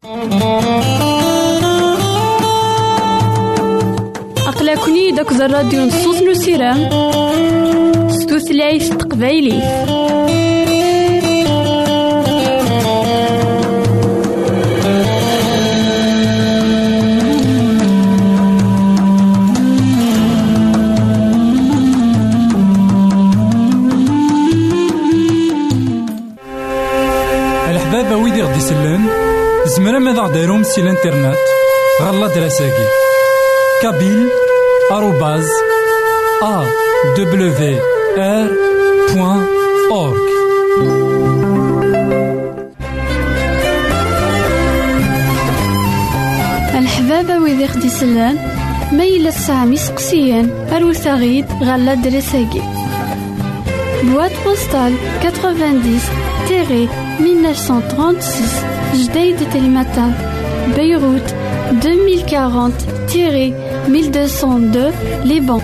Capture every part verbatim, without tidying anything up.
أقلكني داك الراديو نصوص نسيرام ستوثلايف تقبايلي. الحبابة ويدي غدي يسلن زمرا ماذا غديرهم سي الانترنت غالا دراساكي كابيل آروباز أ دبليو آر بوان أورك. الحبابة ويدي غدي يسلن ميلا سامي سقسيان أروثاغيد غالا دراساكي بواد بوستال تسعين mille neuf cent trente-six جديد تلمتان بيروت deux mille quarante mille deux cent deux Liban.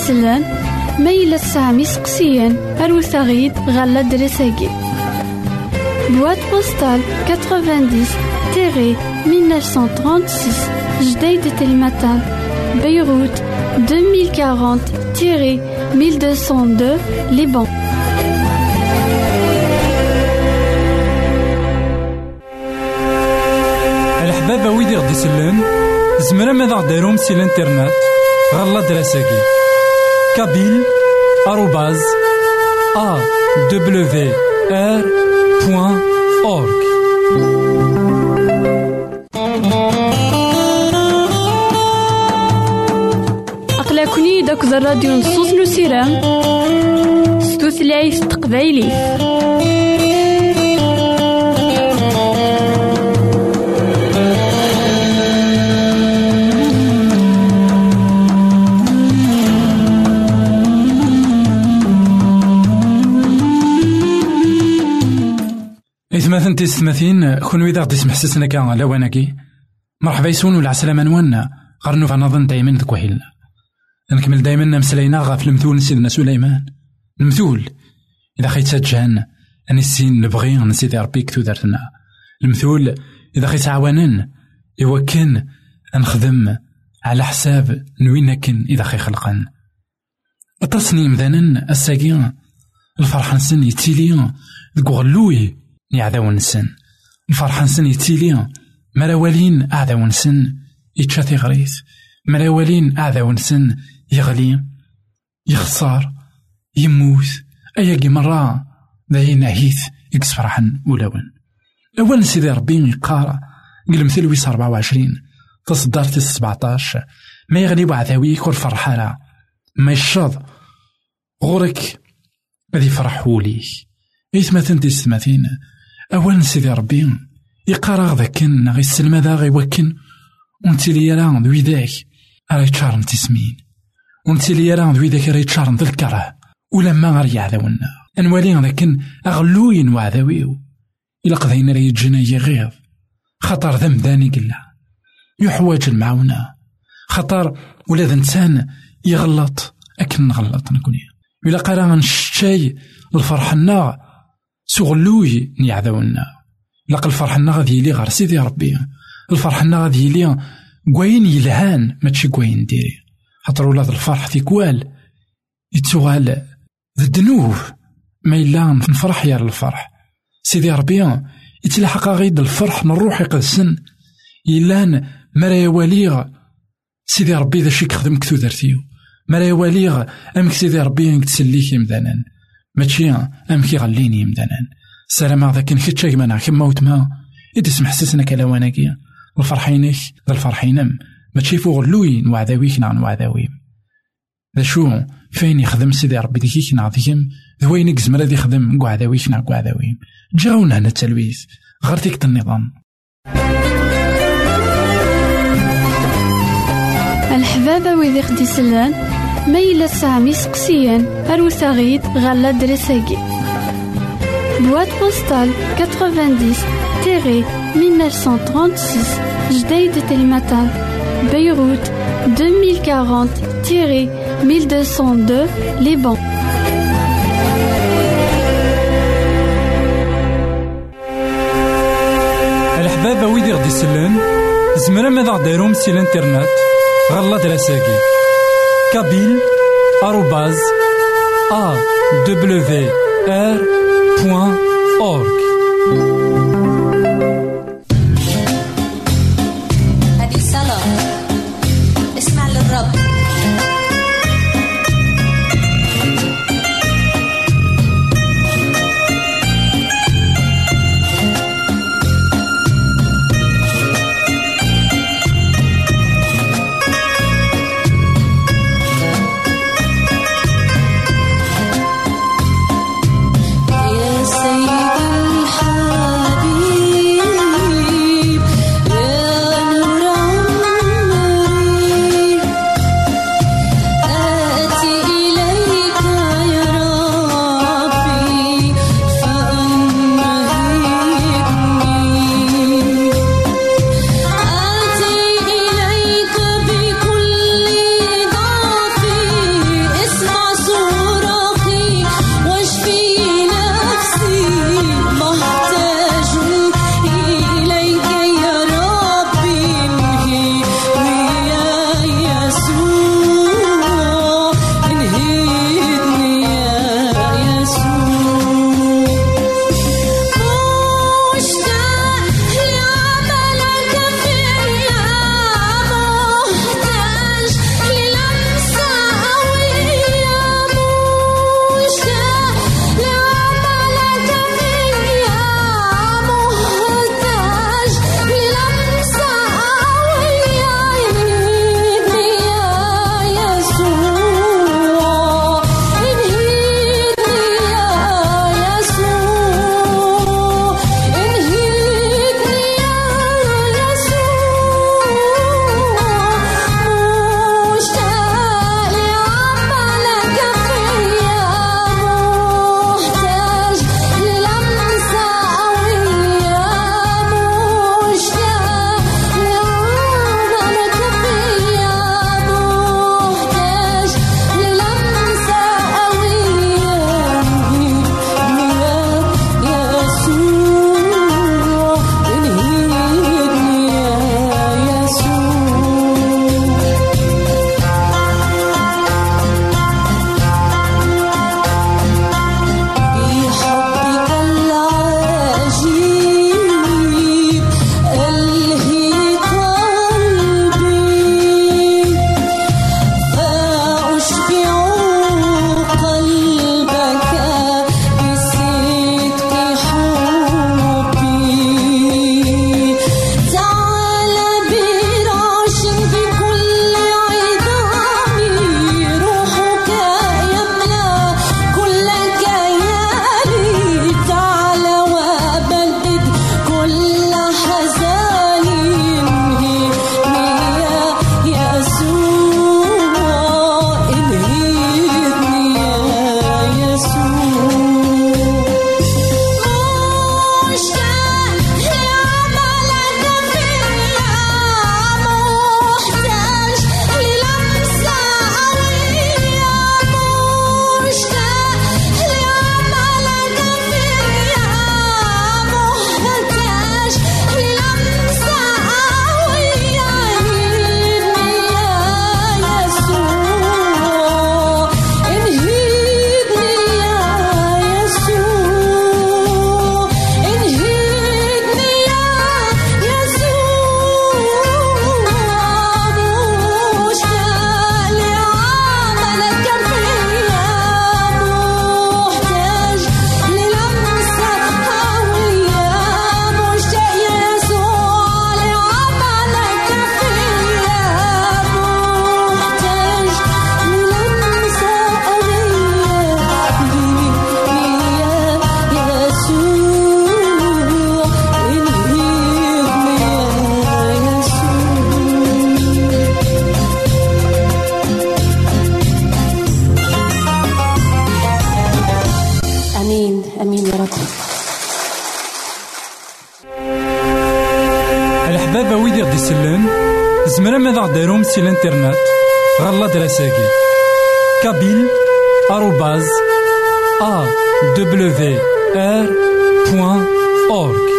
سلان ميلا سامي سقسيان أروثاغيد غالا دراساكي بواد بوستال تسعين مية وتسعمية وستة وثلاثين جديد تلمتان بيروت deux mille quarante mille deux cent deux Liban. الحبابة ويدي غدي يسلن زمرا ماذا غديرهم سي الانترنت غالا دراساكي كابيل آروباز أ دبليو آر بوان أورك. أقلكني داك الراديو نصوص نسيرام ستوثلايف تقبايلي. إثماثن تيستماثين كون ويدا غدي يسمح سسنا كاع لواناكي مرحبا يسون ولا عسلامة نوانا غرنو فنظن دايما ذك وهيلنا نكمل دايما مسلينا غاف المثول سيدنا سليمان المثول إذا خيت سجان أني السين نبغي نسيدي ربي كتو دارتنا المثول إذا خيت عوانن إوا كان نخدم على حساب نوينا كن إذا خي خلقان التصنيم ذانن الساقين الفرحة نسن يتيلي ذكو غلوي يعذاو نسن الفرحة نسن يتيلي مراوالين أعذاو نسن يتشاتي غريس مراوالين أعذاو نسن يغلي يخسر يموت أياقي مرة ذاين عهيث يكس فرحا ولاون أولا سيدي ربي يقارا قل مثل ويس أربعة وعشرين تصدرت السبعتاش ما يغلي وعذاوي كل فرحة ما يشاض غورك غادي يفرحوا ليك إيثما تنتي ستماثين أولا سيدي ربي يقارا غدا كن غي السلمة ذا غي وكن ونتي لي راه ذوي ذاك راهي تشارن تسمين ونتي لي راه ذوي ذاك راهي تشارن ذا الكره ولما غير يعذاونا أنوالي لكن أغلوين وعذاويو إلا قضينا راه يجينا يغيظ خطر ذنب ذاني قلا يحواج المعاونة خطر ولاد إنسان يغلط أكن نغلط نكوني إلا قرا نشتاي الفرح النا سغلوي نيعذاونا لقى الفرح النا غادي يلي غير سيدي ربي الفرح النا غادي يلي كوين يلهان ماشي كوين ديري خاطر ولاد الفرح تيكوال يتسوغال الذنوب ما إلا نفرح يا الفرح سيدي ربي يتلاحق غيد الفرح نروح يقدسن يلان مرا يواليغ سيدي ربي ذا شيك خدم كثو درتيو مرا يواليغ أمك سيدي ربي انك تسليك يمدانان ماشي أمك يغليني يمدانان السلام ذاك نكتشاك مانا كما وتما يتسمح سسنا كلاواناكي الفرحينك ذا الفرحينم ماشي فوق اللوين وعذاويك نعن وعذاويم ذا شو فين يخدم سيدي ربي ديكيك نعطيهم ذوين يقزم راه يخدم كوع عذاويك نعن كوع عذاويم جاونا هنا التلويث غير تيك النظام. الحبابة ويدي خدي سلان ميلا سامي سقسيان أروثاغيد غالا دراساكي بواد بوستال تسعين مية وتسعمية وستة وثلاثين جديد تلمتان بيروت deux mille quarante mille deux cent deux Liban. الحبابة ويدي غدي يسلن زمرا ماذا غديرهم سي الانترنت غالا دراساكي كابيل آروباز أ دبليو آر بوان أورك. هذه صلاة اسمع للرب. يا سيد الحال امين يا رب. الحبابة ويدي غدي يسلم زمرا ماذا غديرهم سي الانترنت غالا دراساكي كابيل آروباز أ دبليو آر بوان أورك.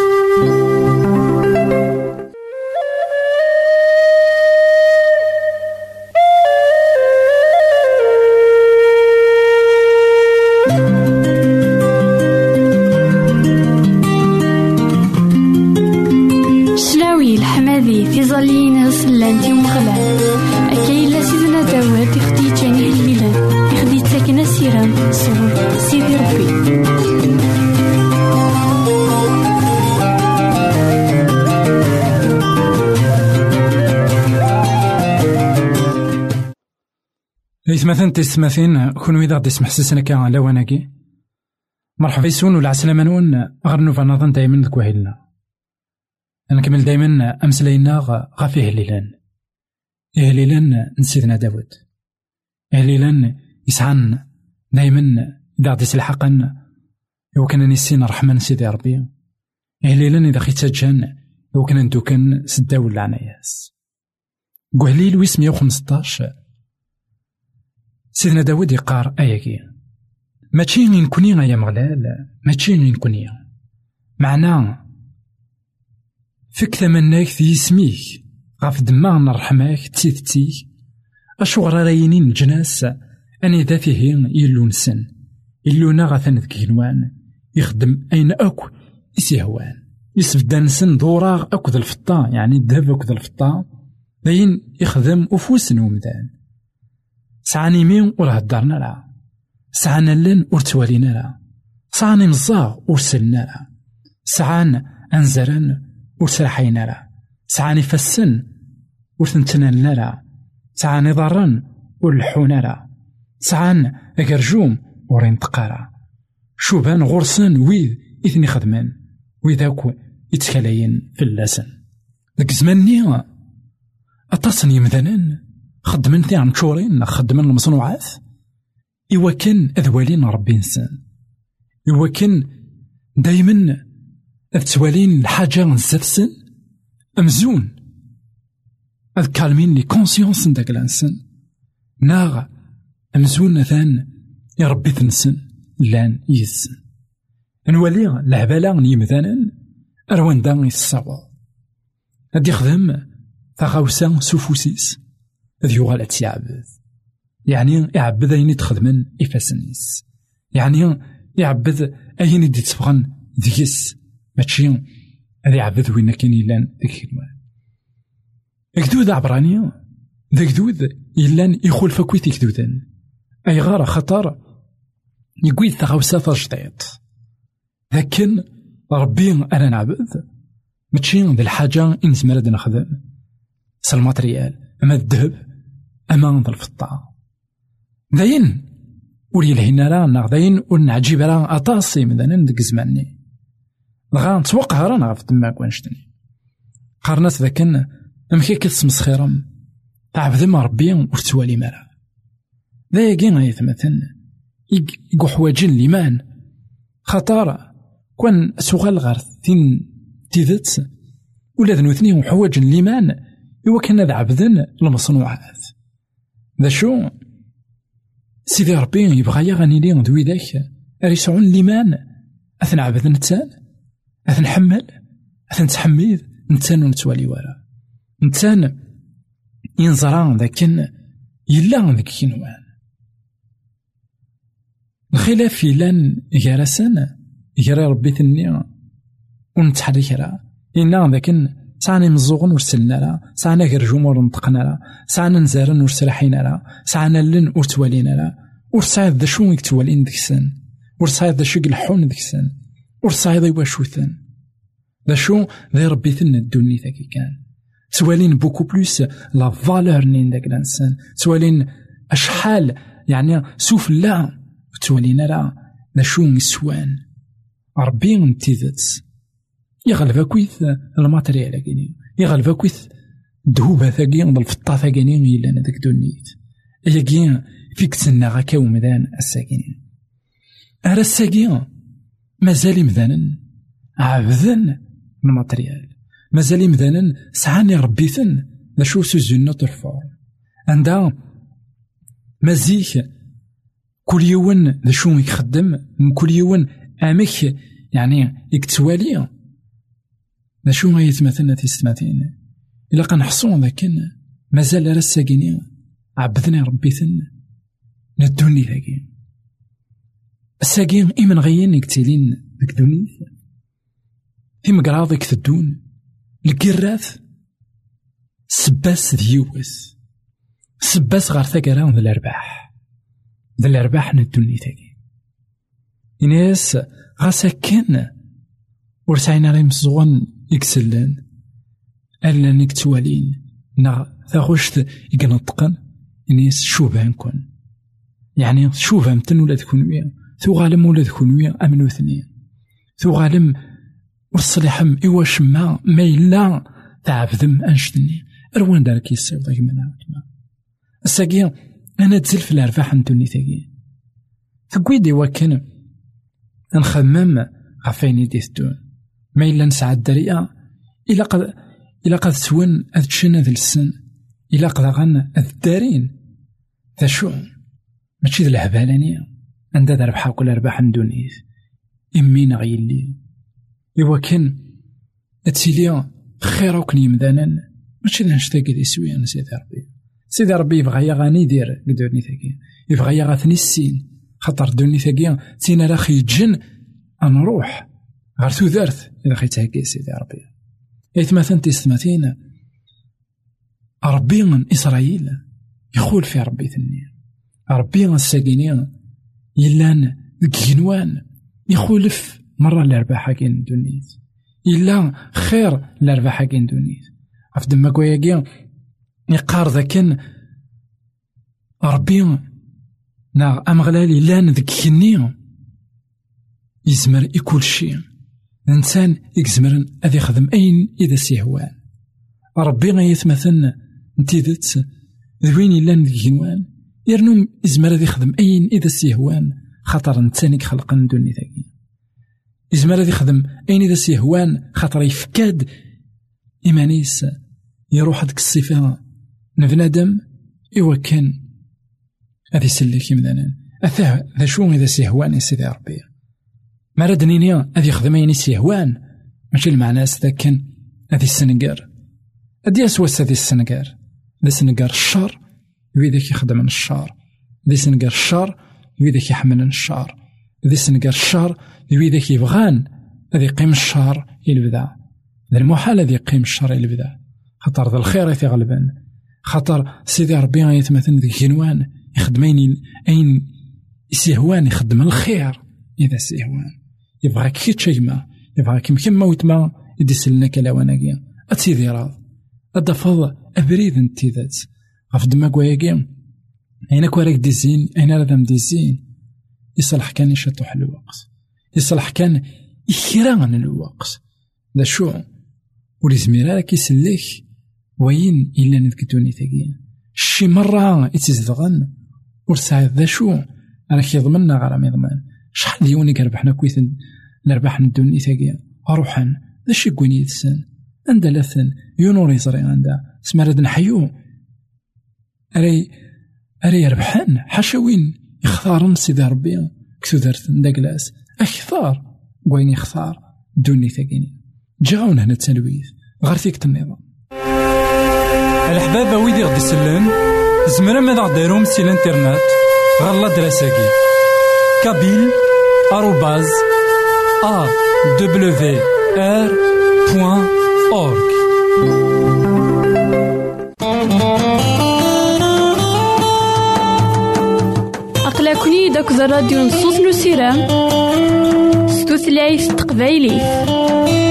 في ظلين صلانتي ومغلان أكايلا سيدنا داود يخدي جاني الميلان يخدي تاكنا سيران صور سيدي ربي. إثماثن تسماثين كونو إذا غدي يسمح سسنا كان لواناكي مرحبا يسون ولا عسلامة نون غير نوفا نظن دايما ذك وهيلنا نكمل دايما أمسلينا غافيه هليلان هليلان نسيدنا داود هليلان يسعن دايما إذا غدي يسلحقن يوكن نسينا رحمن سيدي ربي هليلان إذا خيت تجان يوكن ندوكن سداو العناياس قهليل ويسمية وخمسطاش. سيدنا داود يقار آياكي ماشي نكوني يا مغلال ماشي نكوني معنا فيك ثمناك في اسميك غاف دماغ رحماك تيثتيك أشو غراينين الجناس أني ذا فيه يلو نسن يلونا غاثن ذك جنوان يخدم أين أكو يسيهوان يسفدا نسن دوراغ أكو ذا الفطا يعني الذهب أكو ذا الفطا باين يخدم أفوس نومدان سعاني مين ورهدرنا لا سعانا لن ورتوالينا لا سعاني مزاغ ورسلنا لا سعان أنزرن ورسرحينا لا سعاني فسن ورثنتنا لا سعاني ضرن ورلحونا لا سعان أقرجوم ورينتقارا شوبان غرسن ويذ إثني خدمان ويذاكو يتكاليين في اللسن ذاك زماني أتصني مثلا خدمن ثي عن شورين خدمن المصنوعات إوا كان أذوالين ربي إنسان إوا كان دايما أذتوالين الحاجة نزفسن أمزون أذكالمين لي كونسيونس نداك الإنسان ناغ أمزون ثان يا ربي تنسن لان يسن نولي العبالة يمثالا أروان دان يساوا هاد يخدم ثغاوسا سوفوسيس هذ يغال تيعبد يعني يعبد أين يتخدمن إفاسنيس يعني يعبد أين يدي تسبغن ذيس ماشي هذا يعبد وين كاين يلان ذيك الوان كدود عبراني ذاك دود يلان يخول فكويت كدودن أي غارة خطر يقوي ثغاوسا تجديد لكن ربي أنا نعبد ماشي ذي الحاجة إن زمرد نخدم سالماتريال أما الذهب أما ذا الفضة داين ولي لهنا رانا داين ونعجيب راه أطاسي مثلا ندك زماني غا نتوقع رانا في تماك وانشتني قارنات ذاك أمكي كتسمسخيرم تعبد ما ربي ورتوالي مرا ذا يقين غيثمثن يقو حواجين ليمان خطارة كون سوغال غار ثين تيذت ولا ذنوثني وحواجين ليمان إوا كان ذا عبدن المصنوعات ذا شو سيدي ربي يبغى يغني لي دوي ذاك أريسعون ليمان أثن عبد نتان أثن حمل أثن تحميد نتان ونتوالي ورا نتان ينزران ذاكن يلا ذاك كينوان الخلاف يلان جارسان يجري ربي ثني ونتحرك راه إنا ذاكن ساعنا مزوغن ورسلنا لا ساعنا غرجوم ورنطقنا لا ساعنا نزارن ورسرحينا لا ساعنا لن ورتوالينا لا ورصايد ذا شو يكتوالين ذاك السن ورصايد ذا شو يلحون ذاك السن ورصايد ذا واش وثن ذا شو ذا ربي ثنا الدنيا ذاك كان توالين بوكو بلوس لا فالور نين ذاك الانسان توالين اشحال يعني سوف لا توالينا لا ذا شو نسوان ربي انتيذت يغلب كويث الماتريال كاين يغلب كويث الذهوب ثاقي ولا الفطا ثاقي يلا هذاك دونيت هي كاين فيك تسنى غاكا ومدان الساكنين ارا الساقي مازال مذانا عبذن الماتريال، مازال مذانا سعاني ربيثن ذا شو سوزون نوتر فورم. عندها مازيك كل يوم ذا شو يخدم، من كل يوم امك يعني يكتوالي ذا شو ما يتمثلنا تيستماتين. إلا كنحصون لكن مازال راه ساكيني عبدني ربيثن ندوني ذاكي الساكين إيمن غيين يكتلين ذاك دونيث في مقراضك تدون الكراث سباس ديوس سباس غار ثقران ذا الأرباح ذا الأرباح ندوني ذاكي إناس غاساكن ورسعينا ريم صغن يكسلن ألا نكتوالين نا ثاغوشت يقنطقن إنيس شوفان كون يعني شوفان تن ولا تكون ويا ثو غالم ولا تكون ويا أمن وثنين ثو غالم ورصليحم إواش ما ما إلا تعبذم أنشتني أروان دارك يسيو ضيق منها كما الساقية أنا تزل في الأرباح ندوني ثاقية ثقويدي وكان نخمم عفايني ديثتون ما إلا نسعد دريئة إلا قد إلا قد سوين أذشن ذا السن إلا قد غن الدارين ذا شو ماشي ذا الهبالانية عندها ذا ربحا كل أرباح ندونيث إمين غيلي إوا كان أتسيليا خير وكن يمدانا ماشي ذا نشتاقي ذي سويا سيدي ربي سيدي ربي يبغى يغاني دير قدرني ثاقيا يبغى يغاثني السين خطر دوني ثاقيا سينا راخي يتجن أنروح غير ثوثرث إذا خيتهاكي سيدي ربي يتمثل تستمثين ربي من إسرائيل يخول في ربي ثنين ربي من الساقينين يلان جنوان يخولف مرة الأرباح كين دونيث إلا خير الأرباح كين دونيث عفد ما كوياكي يقار ذاكن ربي نا أمغلالي لان ذكيني يزمر يكل شيء الإنسان يكزمرن أذي يخدم أين إذا سيهوان ربي غيثمثلنا نتيذت ذوين إلا ندجنوان يرنوم إزمر أذي يخدم أين إذا سيهوان خطر نتانيك خلقا دوني ذاكي إزمر أذي يخدم أين إذا سيهوان خطر يفكاد إيمانيس يروح هدك الصفة نبنادم إوا كان أذي سلك يمدانا أثاه ذا شو إذا سيهوان يسيدي ربي ما ردنينيا أذي يخدمين يسيهوان ماشي المعنى ذاكن أذي السنقار أدي أسواس أذي السنقار ذي سنقار الشر يويدك يخدم الشر ذي سنقار الشر يويدك يحمل الشر ذي سنقار الشر يويدك يبغان أذي يقيم الشر يلبدا ذي المحال أذي يقيم الشر يلبدا خطر ذا الخير في غلبان خطر سيدي ربي يتمثل ذي جنوان يخدمين أين يسيهوان يخدم الخير إذا سيهوان يبغاك كي تشيما يبغاك مكما وتما يدي سلنا كلاواناكيا أتسيدي راض أدفض أبريد انتي ذات غفد ما كواياكيا أين كواراك ديزين أين رادم ديزين يصلح كان يشطح الوقت يصلح كان يخيران الوقت ذا شو ولزميرا كيسليك وين إلا نذكتوني ثقيا شي مرة يتزدغن ورساعد ذا شو أنا كيضمننا غير ما يضمن شحال ديوني كربحنا كويث نربح ندوني ثقيا أروحن ذا شي كوين يتسن عندها لثن يونور يزري عندها سمارد نحيو أري أري يربحن حاشا وين يختارن سيدي ربي كتو درت نداكلاس أكثر وين يختار دوني ثقيني جاونا هنا التلويث غير فيك النظام الحبابة ويدي غدي سلان زمرا ماذا غديرهم سي الانترنت غالا دراساكي كابيل آروباز أ دبليو آر بوان أورك. أقلكني داك الراديو نصوص نسيران ستوثلايف تقبايلي